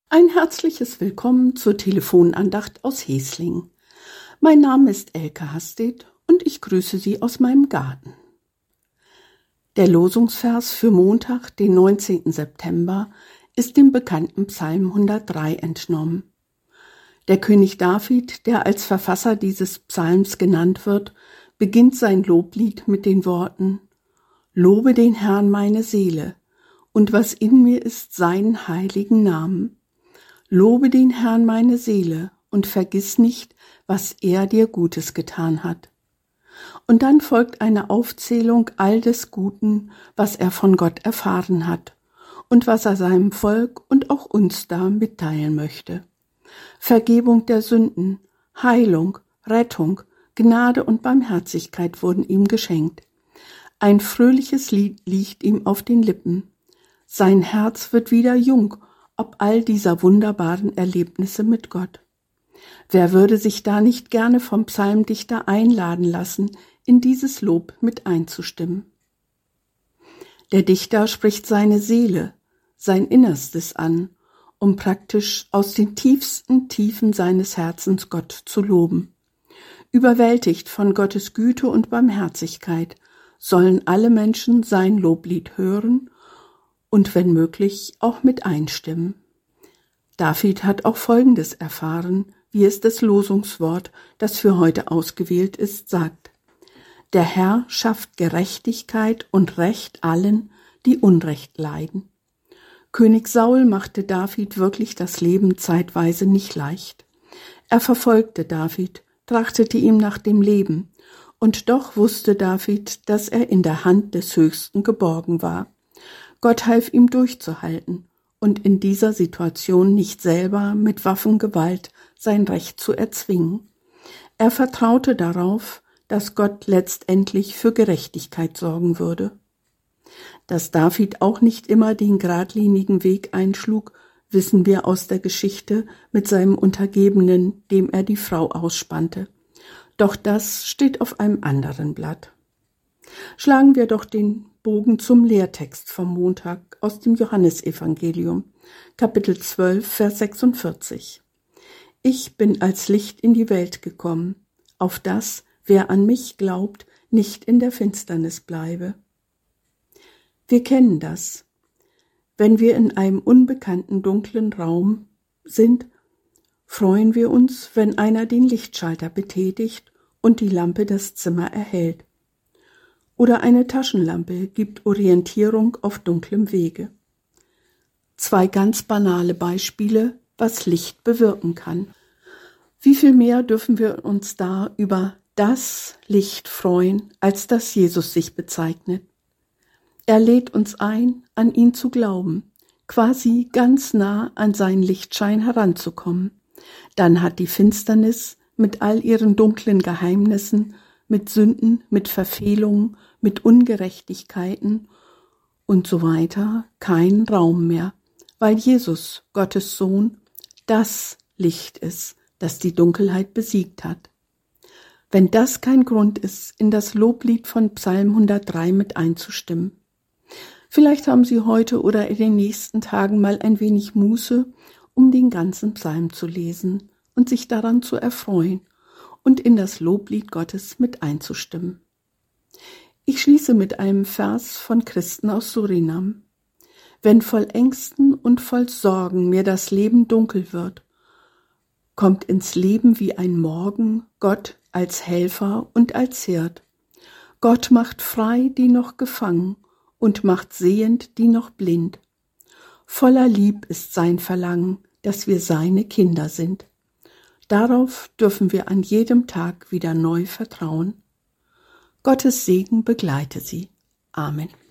Ein herzliches Willkommen zur Telefonandacht aus Heßling. Mein Name ist Elke Hastedt und ich grüße Sie aus meinem Garten. Der Losungsvers für Montag, den 19. September, ist dem bekannten Psalm 103 entnommen. Der König David, der als Verfasser dieses Psalms genannt wird, beginnt sein Loblied mit den Worten: Lobe den Herrn meine Seele, und was in mir ist, seinen heiligen Namen. Lobe den Herrn meine Seele und vergiss nicht, was er dir Gutes getan hat. Und dann folgt eine Aufzählung all des Guten, was er von Gott erfahren hat und was er seinem Volk und auch uns da mitteilen möchte. Vergebung der Sünden, Heilung, Rettung, Gnade und Barmherzigkeit wurden ihm geschenkt. Ein fröhliches Lied liegt ihm auf den Lippen. Sein Herz wird wieder jung, ob all dieser wunderbaren Erlebnisse mit Gott. Wer würde sich da nicht gerne vom Psalmdichter einladen lassen, in dieses Lob mit einzustimmen? Der Dichter spricht seine Seele, sein Innerstes an, um praktisch aus den tiefsten Tiefen seines Herzens Gott zu loben. Überwältigt von Gottes Güte und Barmherzigkeit sollen alle Menschen sein Loblied hören und wenn möglich auch mit einstimmen. David hat auch Folgendes erfahren, wie es das Losungswort, das für heute ausgewählt ist, sagt: Der Herr schafft Gerechtigkeit und Recht allen, die Unrecht leiden. König Saul machte David wirklich das Leben zeitweise nicht leicht. Er verfolgte David, trachtete ihm nach dem Leben, und doch wusste David, dass er in der Hand des Höchsten geborgen war. Gott half ihm durchzuhalten und in dieser Situation nicht selber mit Waffengewalt sein Recht zu erzwingen. Er vertraute darauf, dass Gott letztendlich für Gerechtigkeit sorgen würde. Dass David auch nicht immer den geradlinigen Weg einschlug, wissen wir aus der Geschichte mit seinem Untergebenen, dem er die Frau ausspannte. Doch das steht auf einem anderen Blatt. Schlagen wir doch den Bogen zum Lehrtext vom Montag aus dem Johannesevangelium, Kapitel 12, Vers 46. Ich bin als Licht in die Welt gekommen, auf das, wer an mich glaubt, nicht in der Finsternis bleibe. Wir kennen das. Wenn wir in einem unbekannten dunklen Raum sind, freuen wir uns, wenn einer den Lichtschalter betätigt und die Lampe das Zimmer erhellt. Oder eine Taschenlampe gibt Orientierung auf dunklem Wege. Zwei ganz banale Beispiele, was Licht bewirken kann. Wie viel mehr dürfen wir uns da über das Licht freuen, als dass Jesus sich bezeichnet. Er lädt uns ein, an ihn zu glauben, quasi ganz nah an seinen Lichtschein heranzukommen. Dann hat die Finsternis mit all ihren dunklen Geheimnissen, mit Sünden, mit Verfehlungen, mit Ungerechtigkeiten und so weiter keinen Raum mehr, weil Jesus, Gottes Sohn, das Licht ist, das die Dunkelheit besiegt hat. Wenn das kein Grund ist, in das Loblied von Psalm 103 mit einzustimmen. Vielleicht haben Sie heute oder in den nächsten Tagen mal ein wenig Muße, um den ganzen Psalm zu lesen und sich daran zu erfreuen und in das Loblied Gottes mit einzustimmen. Ich schließe mit einem Vers von Christen aus Surinam. Wenn voll Ängsten und voll Sorgen mir das Leben dunkel wird, kommt ins Leben wie ein Morgen Gott als Helfer und als Hirt. Gott macht frei, die noch gefangen, und macht sehend, die noch blind. Voller Lieb ist sein Verlangen, dass wir seine Kinder sind. Darauf dürfen wir an jedem Tag wieder neu vertrauen. Gottes Segen begleite Sie. Amen.